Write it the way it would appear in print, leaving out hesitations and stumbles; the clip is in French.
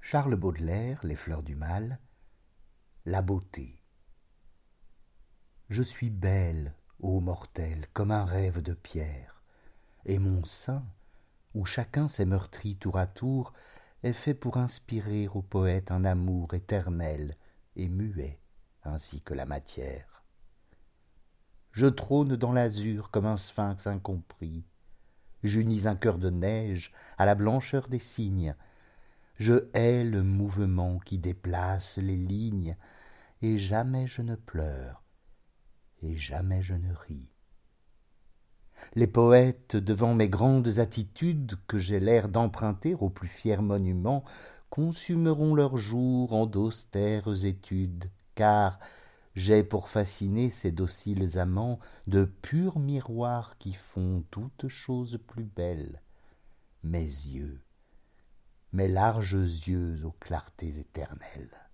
Charles Baudelaire, Les fleurs du mal, la beauté. Je suis belle, ô mortel, comme un rêve de pierre, et mon sein, où chacun s'est meurtri tour à tour, est fait pour inspirer au poète un amour éternel et muet, ainsi que la matière. Je trône dans l'azur comme un sphinx incompris, j'unis un cœur de neige à la blancheur des cygnes, je hais le mouvement qui déplace les lignes, et jamais je ne pleure, et jamais je ne ris. Les poètes, devant mes grandes attitudes que j'ai l'air d'emprunter au plus fier monument, consumeront leurs jours en d'austères études, car j'ai pour fasciner ces dociles amants de purs miroirs qui font toutes choses plus belles. Mes yeux, mes larges yeux aux clartés éternelles.